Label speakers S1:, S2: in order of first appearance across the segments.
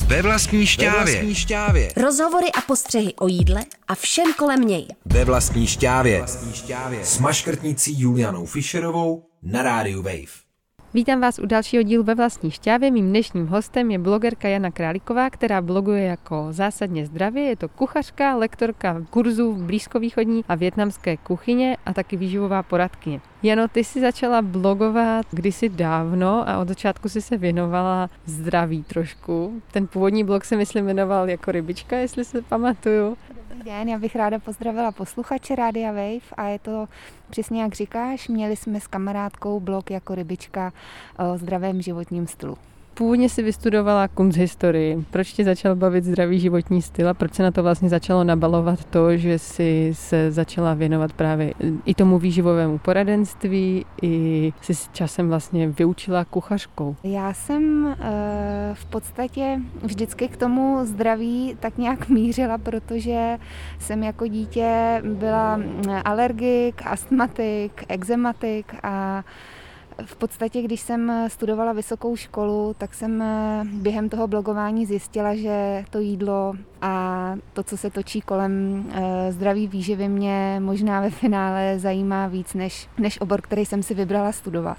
S1: Ve vlastní šťávě.
S2: Rozhovory a postřehy o jídle a všem kolem něj.
S1: Ve vlastní šťávě. S maškrtnicí Julianou Fischerovou na rádiu Wave.
S3: Vítám vás u dalšího dílu Ve vlastní šťávě. Mým dnešním hostem je blogerka Jana Králíková, která bloguje jako Zásadně zdravě. Je to kuchařka, lektorka kurzů blízkovýchodní a vietnamské kuchyně a taky výživová poradkyně. Jano, ty jsi začala blogovat kdysi dávno a od začátku si se věnovala zdraví trošku. Ten původní blog se myslím jmenoval jako Rybička, jestli se pamatuju.
S4: Dobrý den, já bych ráda pozdravila posluchače Rádia Wave a je to přesně jak říkáš, měli jsme s kamarádkou blog jako Rybička o zdravém životním stylu.
S3: Původně si vystudovala kunsthistorii. Proč tě začal bavit zdravý životní styl a proč se na to vlastně začalo nabalovat to, že si se začala věnovat právě i tomu výživovému poradenství, i si časem vlastně vyučila kuchařkou?
S4: Já jsem v podstatě vždycky k tomu zdraví tak nějak mířila, protože jsem jako dítě byla alergik, astmatik, ekzematik a v podstatě, když jsem studovala vysokou školu, tak jsem během toho blogování zjistila, že to jídlo a to, co se točí kolem zdraví výživy, mě možná ve finále zajímá víc než obor, který jsem si vybrala studovat.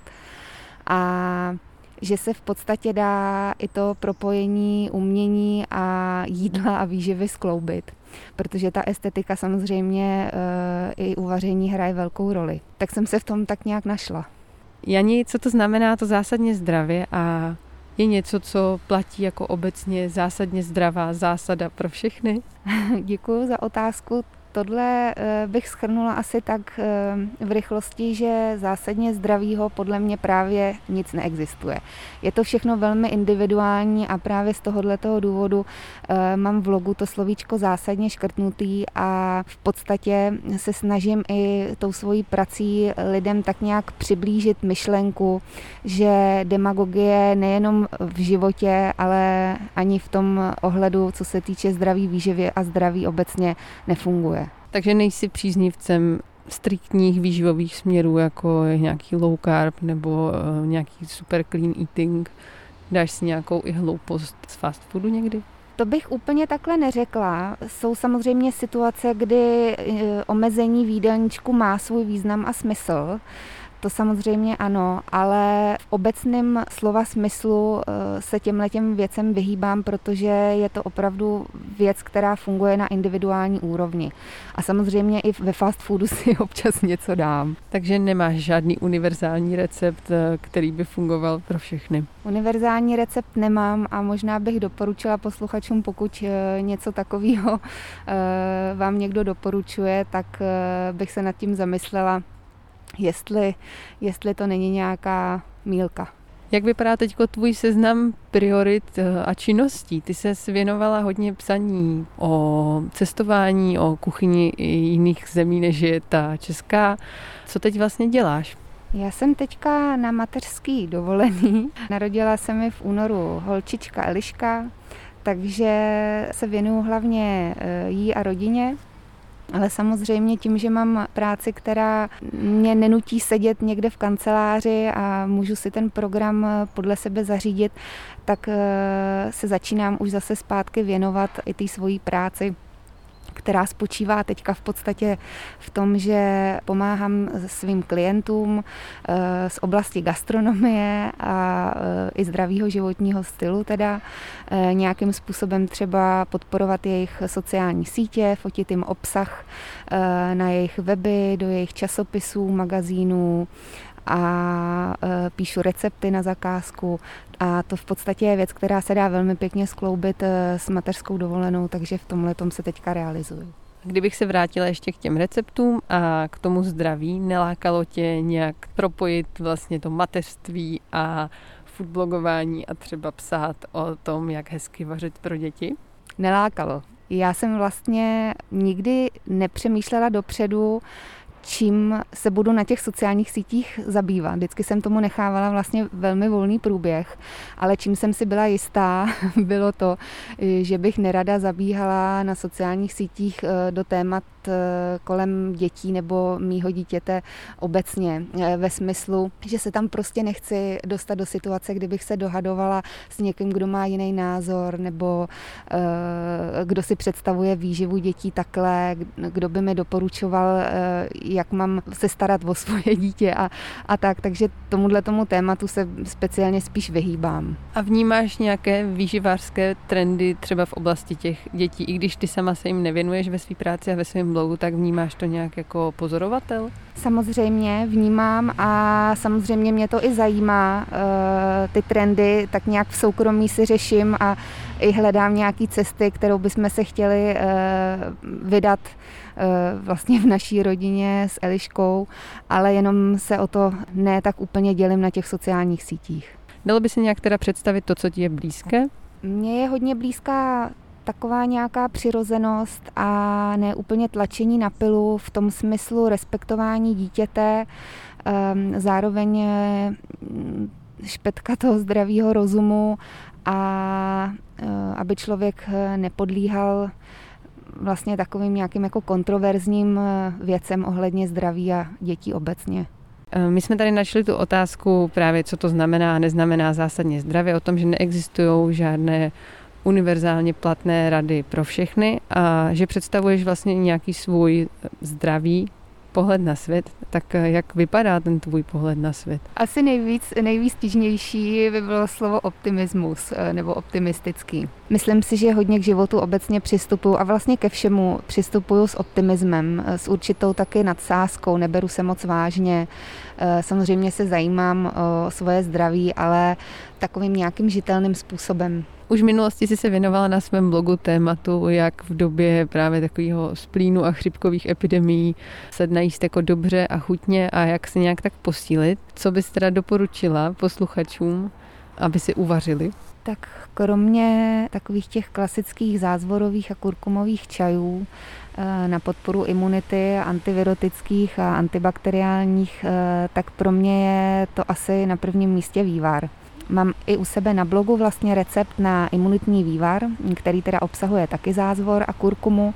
S4: A že se v podstatě dá i to propojení umění a jídla a výživy skloubit, protože ta estetika samozřejmě i u vaření hraje velkou roli. Tak jsem se v tom tak nějak našla.
S3: Jani, co to znamená to zásadně zdravě a je něco, co platí jako obecně zásadně zdravá zásada pro všechny?
S4: Děkuji za otázku. Tohle bych shrnula asi tak v rychlosti, že zásadně zdravýho podle mě právě nic neexistuje. Je to všechno velmi individuální a právě z tohoto důvodu mám v logu to slovíčko zásadně škrtnutý a v podstatě se snažím i tou svojí prací lidem tak nějak přiblížit myšlenku, že demagogie nejenom v životě, ale ani v tom ohledu, co se týče zdraví výživy a zdraví obecně nefunguje.
S3: Takže nejsi příznivcem striktních výživových směrů, jako je nějaký low carb nebo nějaký super clean eating. Dáš si nějakou i hloupost z fast foodu někdy?
S4: To bych úplně takhle neřekla. Jsou samozřejmě situace, kdy omezení v jídelníčku má svůj význam a smysl. To samozřejmě ano, ale v obecném slova smyslu se těmhletěm věcem vyhýbám, protože je to opravdu věc, která funguje na individuální úrovni. A samozřejmě i ve fast foodu si občas něco dám.
S3: Takže nemáš žádný univerzální recept, který by fungoval pro všechny?
S4: Univerzální recept nemám a možná bych doporučila posluchačům, pokud něco takového vám někdo doporučuje, tak bych se nad tím zamyslela, jestli to není nějaká mýlka.
S3: Jak vypadá teď tvůj seznam priorit a činností? Ty se věnovala hodně psaní o cestování, o kuchyni i jiných zemí, než je ta česká. Co teď vlastně děláš?
S4: Já jsem teďka na mateřský dovolený. Narodila se mi v únoru holčička Eliška, takže se věnuju hlavně jí a rodině. Ale samozřejmě tím, že mám práci, která mě nenutí sedět někde v kanceláři a můžu si ten program podle sebe zařídit, tak se začínám už zase zpátky věnovat i té svojí práci, která spočívá teďka v podstatě v tom, že pomáhám svým klientům z oblasti gastronomie a i zdravého životního stylu teda nějakým způsobem třeba podporovat jejich sociální sítě, fotit jim obsah na jejich weby, do jejich časopisů, magazínů a píšu recepty na zakázku a to v podstatě je věc, která se dá velmi pěkně skloubit s mateřskou dovolenou, takže v tomhletom se teďka realizuju.
S3: Kdybych se vrátila ještě k těm receptům a k tomu zdraví, nelákalo tě nějak propojit vlastně to mateřství a foodblogování a třeba psát o tom, jak hezky vařit pro děti?
S4: Nelákalo. Já jsem vlastně nikdy nepřemýšlela dopředu, čím se budu na těch sociálních sítích zabývat. Vždycky jsem tomu nechávala vlastně velmi volný průběh, ale čím jsem si byla jistá, bylo to, že bych nerada zabíhala na sociálních sítích do témat kolem dětí nebo mýho dítěte obecně ve smyslu, že se tam prostě nechci dostat do situace, kdybych se dohadovala s někým, kdo má jiný názor nebo kdo si představuje výživu dětí takhle, kdo by mi doporučoval, jak mám se starat o svoje dítě a tak. Takže tomu tématu se speciálně spíš vyhýbám.
S3: A vnímáš nějaké výživářské trendy třeba v oblasti těch dětí, i když ty sama se jim nevěnuješ ve své práci a ve svém blogu, tak vnímáš to nějak jako pozorovatel?
S4: Samozřejmě vnímám a samozřejmě mě to i zajímá, ty trendy, tak nějak v soukromí si řeším a i hledám nějaké cesty, kterou bychom se chtěli vydat vlastně v naší rodině s Eliškou, ale jenom se o to ne tak úplně dělím na těch sociálních sítích.
S3: Dalo by se nějak teda představit to, co ti je blízké?
S4: Mně je hodně blízká taková nějaká přirozenost a ne úplně tlačení na pilu v tom smyslu respektování dítěte, zároveň špetka toho zdravého rozumu a aby člověk nepodlíhal vlastně takovým nějakým jako kontroverzním věcem ohledně zdraví a dětí obecně.
S3: My jsme tady načali tu otázku právě, co to znamená a neznamená zásadně zdravě, o tom, že neexistují žádné univerzálně platné rady pro všechny a že představuješ vlastně nějaký svůj zdravý pohled na svět, tak jak vypadá ten tvůj pohled na svět?
S4: Asi nejvíc tížnější by bylo slovo optimismus nebo optimistický. Myslím si, že hodně k životu obecně přistupuju a vlastně ke všemu přistupuju s optimismem, s určitou taky nadsázkou, neberu se moc vážně. Samozřejmě se zajímám o svoje zdraví, ale takovým nějakým žitelným způsobem.
S3: Už v minulosti jsi se věnovala na svém blogu tématu, jak v době právě takového splínu a chřipkových epidemií se najíst jako dobře a chutně a jak se nějak tak posílit. Co bys teda doporučila posluchačům, aby si uvařili?
S4: Tak kromě takových těch klasických zázvorových a kurkumových čajů na podporu imunity, antivirotických a antibakteriálních, tak pro mě je to asi na prvním místě vývar. Mám i u sebe na blogu vlastně recept na imunitní vývar, který teda obsahuje taky zázvor a kurkumu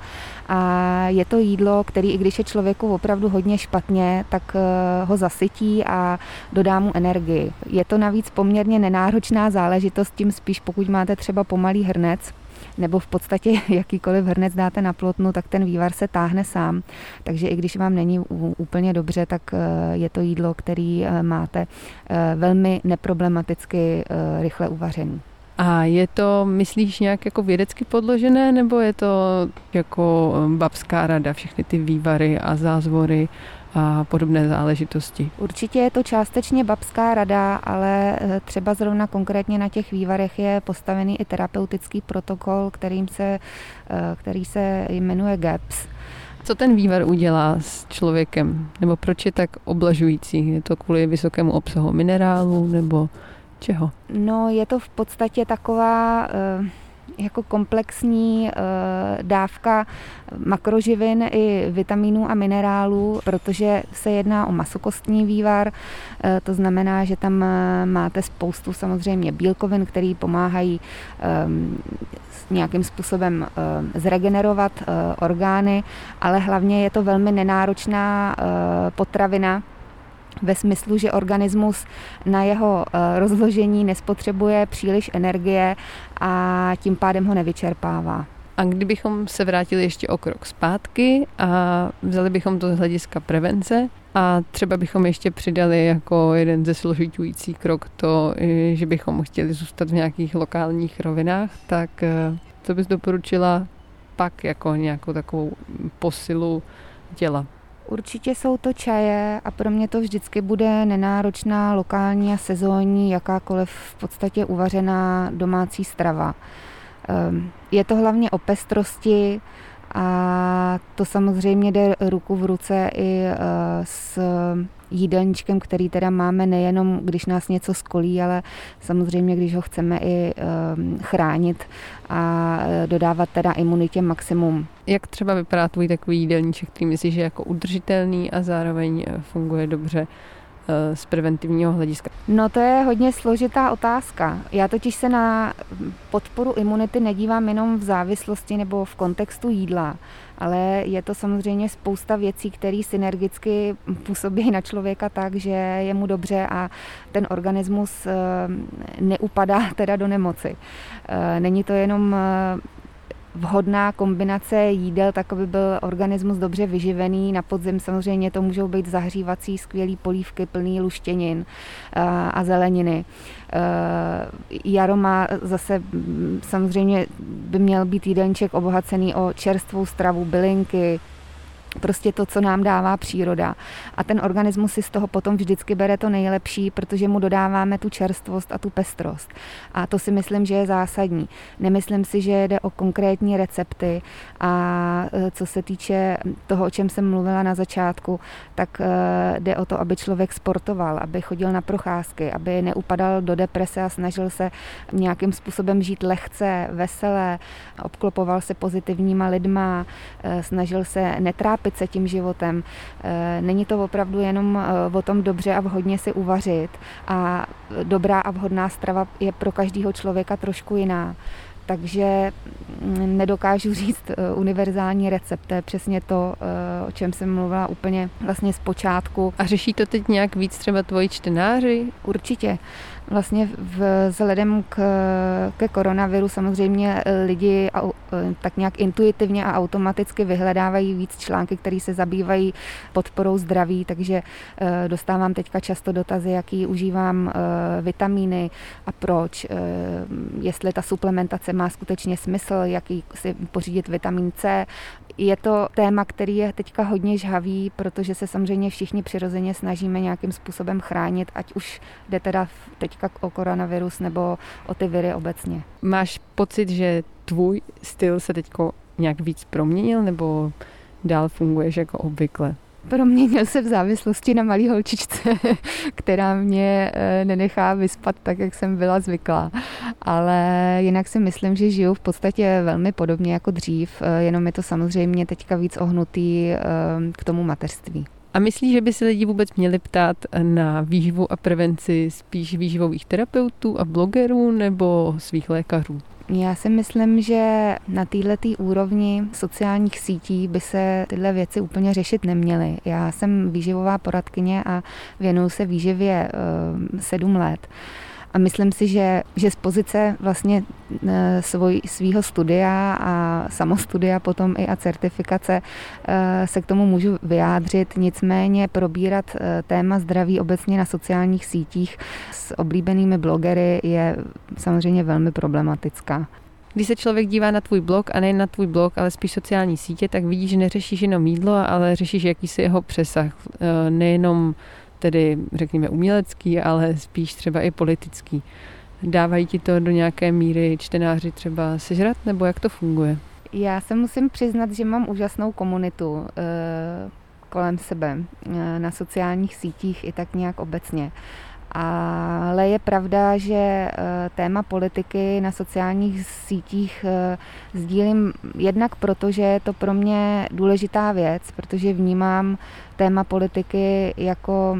S4: a je to jídlo, který i když je člověku opravdu hodně špatně, tak ho zasytí a dodá mu energii. Je to navíc poměrně nenáročná záležitost, tím spíš pokud máte třeba pomalý hrnec, nebo v podstatě jakýkoliv hrnec dáte na plotnu, tak ten vývar se táhne sám. Takže i když vám není úplně dobře, tak je to jídlo, který máte velmi neproblematicky rychle uvařený.
S3: A je to, myslíš, nějak jako vědecky podložené, nebo je to jako babská rada, všechny ty vývary a zázvory a podobné záležitosti? Určitě
S4: je to částečně babská rada, ale třeba zrovna konkrétně na těch vývarech je postavený i terapeutický protokol, který se jmenuje GAPS.
S3: Co ten vývar udělá s člověkem? Nebo proč je tak oblažující? Je to kvůli vysokému obsahu minerálů nebo čeho?
S4: No, je to v podstatě taková jako komplexní dávka makroživin i vitamínů a minerálů, protože se jedná o masokostní vývar, to znamená, že tam máte spoustu samozřejmě bílkovin, které pomáhají nějakým způsobem zregenerovat orgány, ale hlavně je to velmi nenáročná potravina, ve smyslu, že organismus na jeho rozložení nespotřebuje příliš energie a tím pádem ho nevyčerpává.
S3: A kdybychom se vrátili ještě o krok zpátky a vzali bychom to z hlediska prevence a třeba bychom ještě přidali jako jeden ze složitující krok to, že bychom chtěli zůstat v nějakých lokálních rovinách, tak co bys doporučila pak jako nějakou takovou posilu těla?
S4: Určitě jsou to čaje a pro mě to vždycky bude nenáročná, lokální a sezónní, jakákoliv v podstatě uvařená domácí strava. Je to hlavně o pestrosti a to samozřejmě jde ruku v ruce i s jídelníčkem, který teda máme nejenom, když nás něco skolí, ale samozřejmě, když ho chceme i chránit a dodávat teda imunitě maximum.
S3: Jak třeba vypadá tvůj takový jídelníček, který myslíš, že je jako udržitelný a zároveň funguje dobře z preventivního hlediska?
S4: No to je hodně složitá otázka. Já totiž se na podporu imunity nedívám jenom v závislosti nebo v kontextu jídla, ale je to samozřejmě spousta věcí, které synergicky působí na člověka tak, že je mu dobře a ten organismus neupadá teda do nemoci. Není to jenom vhodná kombinace jídel, tak aby byl organismus dobře vyživený. Na podzim samozřejmě to můžou být zahřívací skvělý polívky plný luštěnin a zeleniny. Jaro má zase samozřejmě by měl být jídelníček obohacený o čerstvou stravu, bylinky, prostě to, co nám dává příroda. A ten organismus si z toho potom vždycky bere to nejlepší, protože mu dodáváme tu čerstvost a tu pestrost. A to si myslím, že je zásadní. Nemyslím si, že jde o konkrétní recepty a co se týče toho, o čem jsem mluvila na začátku, tak jde o to, aby člověk sportoval, aby chodil na procházky, aby neupadal do deprese a snažil se nějakým způsobem žít lehce, veselé, obklopoval se pozitivníma lidma, snažil se netrápit se tím životem. Není to opravdu jenom o tom dobře a vhodně si uvařit a dobrá a vhodná strava je pro každého člověka trošku jiná. Takže nedokážu říct univerzální recept. To je přesně to, o čem jsem mluvila úplně vlastně z počátku.
S3: A řeší to teď nějak víc třeba tvoji čtenáři?
S4: Určitě. Vlastně vzhledem ke koronaviru samozřejmě lidi tak nějak intuitivně a automaticky vyhledávají víc články, které se zabývají podporou zdraví, takže dostávám teďka často dotazy, jaký užívám vitamíny a proč, jestli ta suplementace má skutečně smysl, jaký si pořídit vitamin C. Je to téma, který je teďka hodně žhavý, protože se samozřejmě všichni přirozeně snažíme nějakým způsobem chránit, ať už jde teda teďka o koronavirus nebo o ty viry obecně.
S3: Máš pocit, že tvůj styl se teďko nějak víc proměnil nebo dál funguješ jako obvykle?
S4: Proměnil se v závislosti na malý holčičce, která mě nenechá vyspat tak, jak jsem byla zvyklá. Ale jinak si myslím, že žiju v podstatě velmi podobně jako dřív, jenom je to samozřejmě teďka víc ohnutý k tomu mateřství.
S3: A myslíš, že by se lidi vůbec měli ptát na výživu a prevenci spíš výživových terapeutů a blogerů nebo svých lékařů?
S4: Já si myslím, že na této úrovni sociálních sítí by se tyhle věci úplně řešit neměly. Já jsem výživová poradkyně a věnuju se výživě 7 let. A myslím si, že z pozice vlastně svýho studia a samostudia potom i a certifikace se k tomu můžu vyjádřit. Nicméně probírat téma zdraví obecně na sociálních sítích s oblíbenými blogery je samozřejmě velmi problematická.
S3: Když se člověk dívá na tvůj blog a nejen na tvůj blog, ale spíš sociální sítě, tak vidí, že neřešíš jenom jídlo, ale řešíš jakýsi jeho přesah. Nejenom tedy řekněme umělecký, ale spíš třeba i politický. Dávají ti to do nějaké míry čtenáři třeba sežrat, nebo jak to funguje? Já
S4: se musím přiznat, že mám úžasnou komunitu kolem sebe na sociálních sítích i tak nějak obecně. Ale je pravda, že téma politiky na sociálních sítích sdílím jednak proto, že je to pro mě důležitá věc, protože vnímám téma politiky jako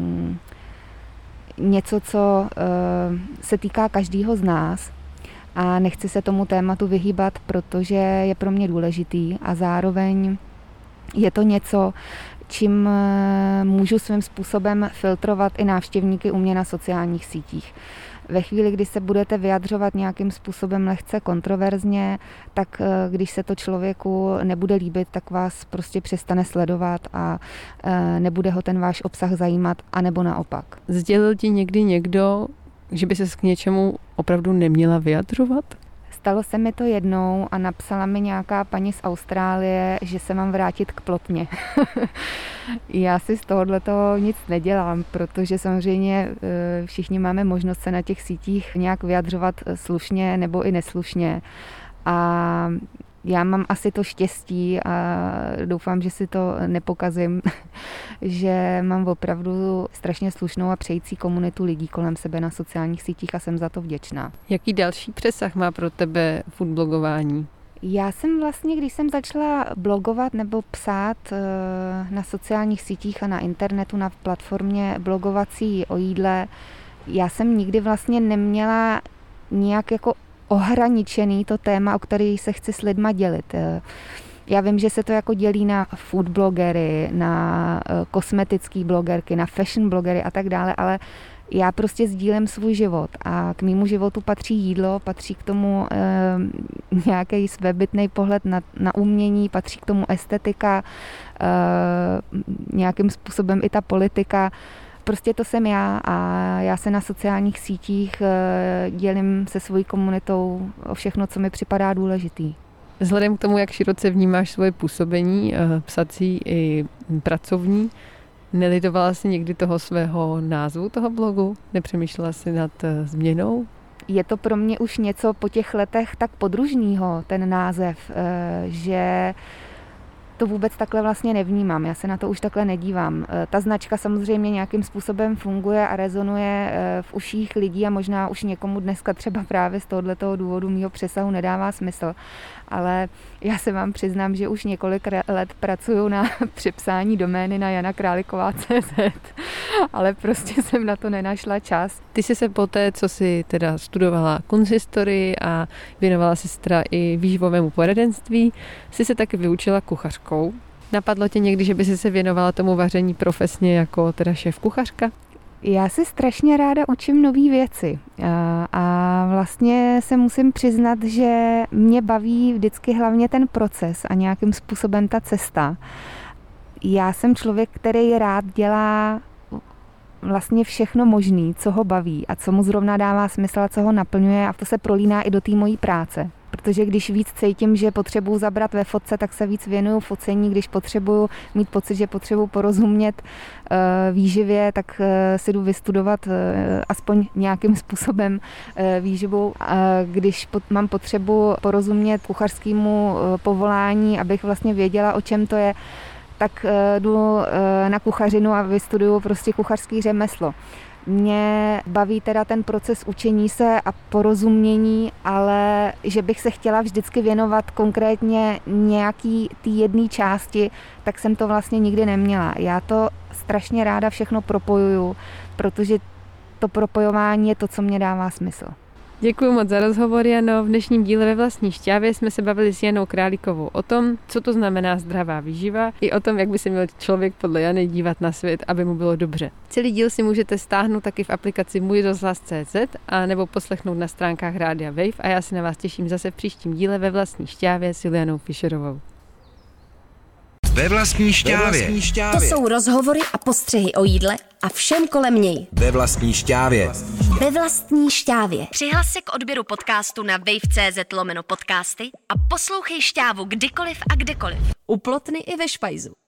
S4: něco, co se týká každého z nás a nechci se tomu tématu vyhýbat, protože je pro mě důležitý a zároveň je to něco, čím můžu svým způsobem filtrovat i návštěvníky u mě na sociálních sítích. Ve chvíli, kdy se budete vyjadřovat nějakým způsobem lehce kontroverzně, tak když se to člověku nebude líbit, tak vás prostě přestane sledovat a nebude ho ten váš obsah zajímat, anebo naopak.
S3: Sdělil ti někdy někdo, že by ses k něčemu opravdu neměla vyjadřovat?
S4: Stalo se mi to jednou a napsala mi nějaká paní z Austrálie, že se mám vrátit k plotně. Já si z tohoto nic nedělám, protože samozřejmě všichni máme možnost se na těch sítích nějak vyjadřovat slušně nebo i neslušně. A já mám asi to štěstí a doufám, že si to nepokazím, že mám opravdu strašně slušnou a přející komunitu lidí kolem sebe na sociálních sítích a jsem za to vděčná.
S3: Jaký další přesah má pro tebe foodblogování?
S4: Já jsem vlastně, když jsem začala blogovat nebo psát na sociálních sítích a na internetu na platformě blogovací o jídle, já jsem nikdy vlastně neměla nějak jako ohraničený to téma, o který se chci s lidma dělit. Já vím, že se to jako dělí na food blogery, na kosmetický blogerky, na fashion blogery a tak dále, ale já prostě sdílím svůj život a k mému životu patří jídlo, patří k tomu nějaký svébytný pohled na umění, patří k tomu estetika, nějakým způsobem i ta politika. Prostě to jsem já a já se na sociálních sítích dělím se svojí komunitou o všechno, co mi připadá důležitý.
S3: Vzhledem k tomu, jak široce vnímáš svoje působení, psací i pracovní, nelitovala jsi někdy toho svého názvu, toho blogu? Nepřemýšlela jsi nad změnou?
S4: Je to pro mě už něco po těch letech tak podružného, ten název, že to vůbec takhle vlastně nevnímám. Já se na to už takhle nedívám. Ta značka samozřejmě nějakým způsobem funguje a rezonuje v uších lidí a možná už někomu dneska třeba právě z tohoto důvodu mýho přesahu nedává smysl. Ale já se vám přiznám, že už několik let pracuju na přepsání domény na janakraliková.cz, ale prostě jsem na to nenašla čas.
S3: Ty jsi se poté, co jsi teda studovala kunsthistorii a věnovala se teda i výživovému poradenství, jsi se taky vyučila kuchařkou. Napadlo tě někdy, že by si se věnovala tomu vaření profesně jako teda šéf kuchařka?
S4: Já si strašně ráda učím nové věci a vlastně se musím přiznat, že mě baví vždycky hlavně ten proces a nějakým způsobem ta cesta. Já jsem člověk, který rád dělá vlastně všechno možné, co ho baví a co mu zrovna dává smysl a co ho naplňuje a to se prolíná i do té mojí práce. Protože když víc cítím, že potřebuji zabrat ve fotce, tak se víc věnuju focení. Když potřebuji mít pocit, že potřebuji porozumět výživě, tak si jdu vystudovat aspoň nějakým způsobem výživu. A když mám potřebu porozumět kuchařskému povolání, abych vlastně věděla, o čem to je, tak jdu na kuchařinu a vystuduju prostě kuchařský řemeslo. Mě baví teda ten proces učení se a porozumění, ale že bych se chtěla vždycky věnovat konkrétně nějaký té jedné části, tak jsem to vlastně nikdy neměla. Já to strašně ráda všechno propojuju, protože to propojování je to, co mě dává smysl.
S3: Děkuji moc za rozhovor, Jano. V dnešním díle Ve vlastní šťávě jsme se bavili s Janou Králíkovou o tom, co to znamená zdravá výživa, i o tom, jak by se měl člověk podle Jany dívat na svět, aby mu bylo dobře. Celý díl si můžete stáhnout taky v aplikaci Můj rozhlas.cz a nebo poslechnout na stránkách Rádia Wave a já se na vás těším zase v příštím díle Ve vlastní šťávě s Julianou Fischerovou.
S1: Ve vlastní šťávě.
S2: To jsou rozhovory a postřehy o jídle a všem kolem něj.
S1: Ve vlastní šťávě.
S2: Ve vlastní šťávě. Přihlas se k odběru podcastu na wave.cz/podcasty a poslouchej šťávu kdykoliv a kdekoliv. U Plotny i ve Špajzu.